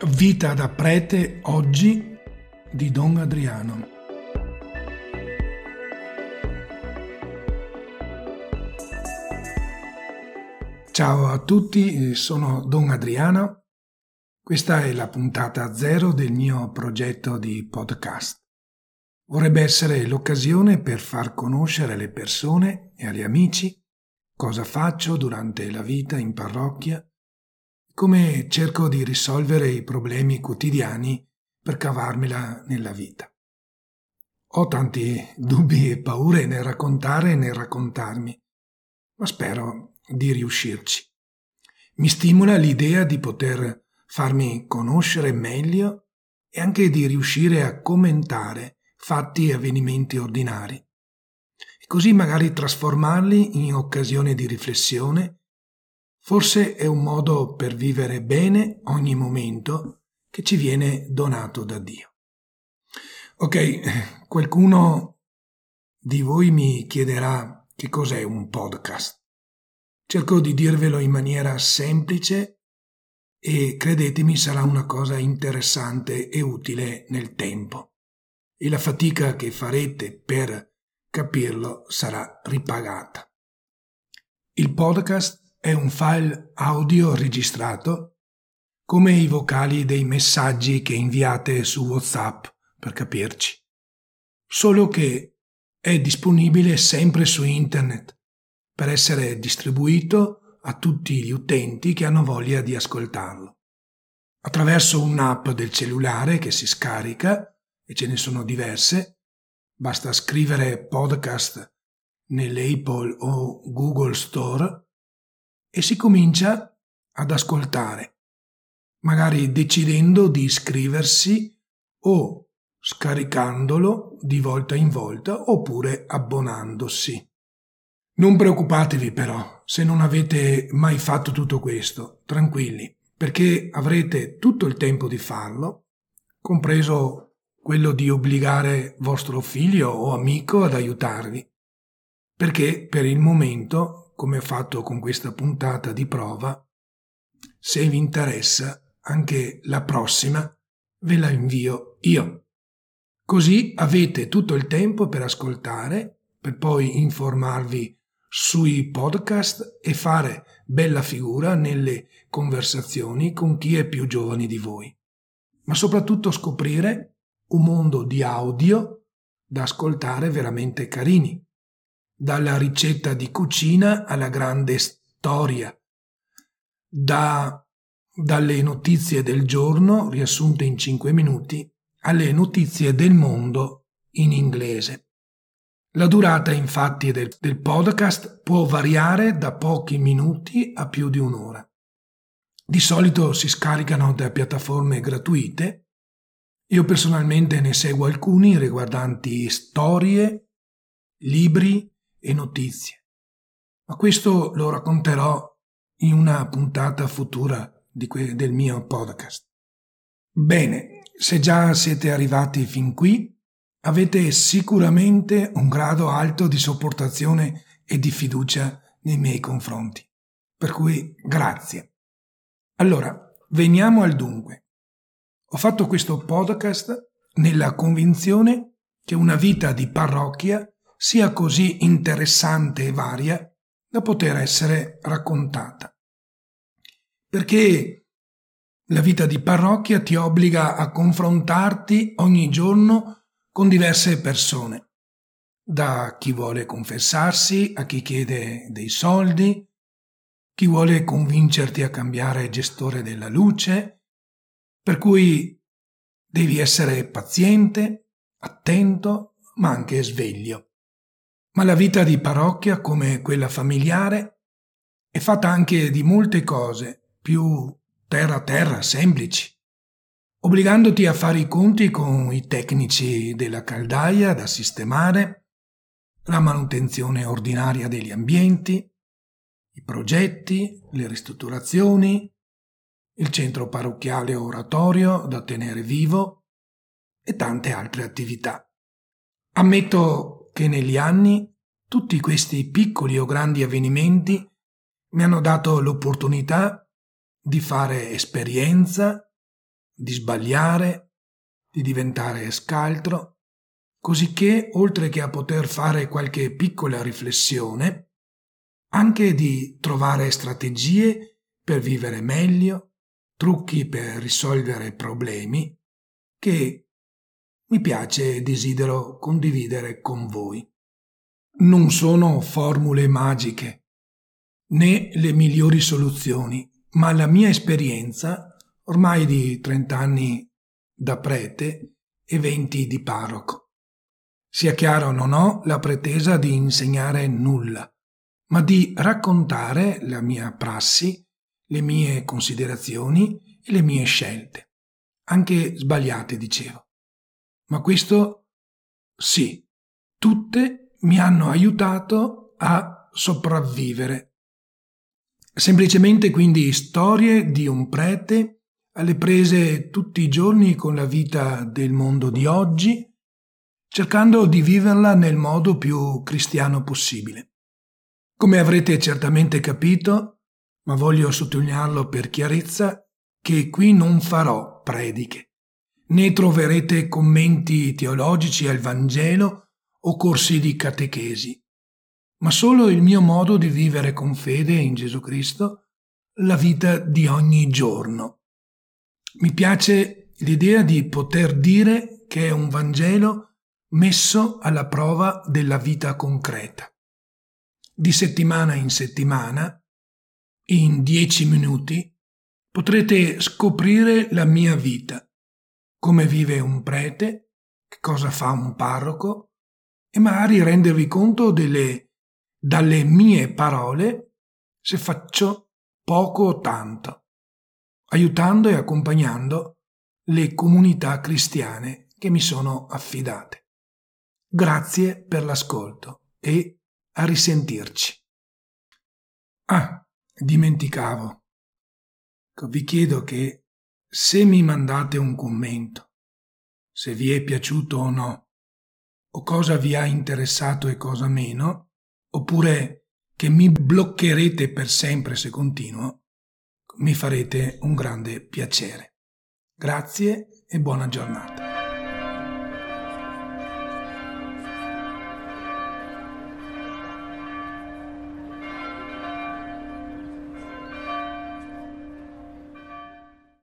Vita da prete oggi di Don Adriano. Ciao a tutti, sono Don Adriano. Questa è la puntata 0 del mio progetto di podcast. Vorrebbe essere l'occasione per far conoscere alle persone e agli amici cosa faccio durante la vita in parrocchia, come cerco di risolvere i problemi quotidiani per cavarmela nella vita. Ho tanti dubbi e paure nel raccontare e nel raccontarmi, ma spero di riuscirci. Mi stimola l'idea di poter farmi conoscere meglio e anche di riuscire a commentare fatti e avvenimenti ordinari, e così magari trasformarli in occasione di riflessione. Forse è un modo per vivere bene ogni momento che ci viene donato da Dio. Ok, qualcuno di voi mi chiederà che cos'è un podcast. Cerco di dirvelo in maniera semplice e credetemi sarà una cosa interessante e utile nel tempo. E la fatica che farete per capirlo sarà ripagata. Il podcast è un file audio registrato, come i vocali dei messaggi che inviate su WhatsApp, per capirci. Solo che è disponibile sempre su internet, per essere distribuito a tutti gli utenti che hanno voglia di ascoltarlo. Attraverso un'app del cellulare che si scarica, e ce ne sono diverse, basta scrivere podcast nell'Apple o Google Store, e si comincia ad ascoltare, magari decidendo di iscriversi o scaricandolo di volta in volta oppure abbonandosi. Non preoccupatevi però se non avete mai fatto tutto questo, tranquilli, perché avrete tutto il tempo di farlo, compreso quello di obbligare vostro figlio o amico ad aiutarvi, perché per il momento, come ho fatto con questa puntata di prova, se vi interessa, anche la prossima ve la invio io. Così avete tutto il tempo per ascoltare, per poi informarvi sui podcast e fare bella figura nelle conversazioni con chi è più giovane di voi. Ma soprattutto scoprire un mondo di audio da ascoltare veramente carini. Dalla ricetta di cucina alla grande storia, dalle notizie del giorno riassunte in 5 minuti alle notizie del mondo in inglese. La durata infatti del podcast può variare da pochi minuti a più di un'ora. Di solito si scaricano da piattaforme gratuite. Io personalmente ne seguo alcuni riguardanti storie, libri e notizie, ma questo lo racconterò in una puntata futura del mio podcast. Bene, se già siete arrivati fin qui, avete sicuramente un grado alto di sopportazione e di fiducia nei miei confronti, per cui grazie. Allora, veniamo al dunque. Ho fatto questo podcast nella convinzione che una vita di parrocchia sia così interessante e varia da poter essere raccontata. Perché la vita di parrocchia ti obbliga a confrontarti ogni giorno con diverse persone, da chi vuole confessarsi a chi chiede dei soldi, chi vuole convincerti a cambiare gestore della luce, per cui devi essere paziente, attento, ma anche sveglio. Ma la vita di parrocchia, come quella familiare, è fatta anche di molte cose più terra semplici, obbligandoti a fare i conti con i tecnici della caldaia da sistemare, la manutenzione ordinaria degli ambienti, i progetti, le ristrutturazioni, il centro parrocchiale oratorio da tenere vivo e tante altre attività. Ammetto che negli anni tutti questi piccoli o grandi avvenimenti mi hanno dato l'opportunità di fare esperienza, di sbagliare, di diventare scaltro, cosicché, oltre che a poter fare qualche piccola riflessione, anche di trovare strategie per vivere meglio, trucchi per risolvere problemi, che mi piace e desidero condividere con voi. Non sono formule magiche, né le migliori soluzioni, ma la mia esperienza, ormai di 30 anni da prete e 20 di parroco. Sia chiaro, non ho la pretesa di insegnare nulla, ma di raccontare la mia prassi, le mie considerazioni e le mie scelte, anche sbagliate, dicevo. Ma questo sì, tutte mi hanno aiutato a sopravvivere. Semplicemente quindi storie di un prete alle prese tutti i giorni con la vita del mondo di oggi, cercando di viverla nel modo più cristiano possibile. Come avrete certamente capito, ma voglio sottolinearlo per chiarezza, che qui non farò prediche, né troverete commenti teologici al Vangelo o corsi di catechesi, ma solo il mio modo di vivere con fede in Gesù Cristo la vita di ogni giorno. Mi piace l'idea di poter dire che è un Vangelo messo alla prova della vita concreta. Di settimana in settimana, in 10 minuti, potrete scoprire la mia vita, come vive un prete, che cosa fa un parroco, e magari rendervi conto dalle mie parole se faccio poco o tanto, aiutando e accompagnando le comunità cristiane che mi sono affidate. Grazie per l'ascolto e a risentirci. Dimenticavo. Vi chiedo che se mi mandate un commento, se vi è piaciuto o no, o cosa vi ha interessato e cosa meno, oppure che mi bloccherete per sempre se continuo, mi farete un grande piacere. Grazie e buona giornata.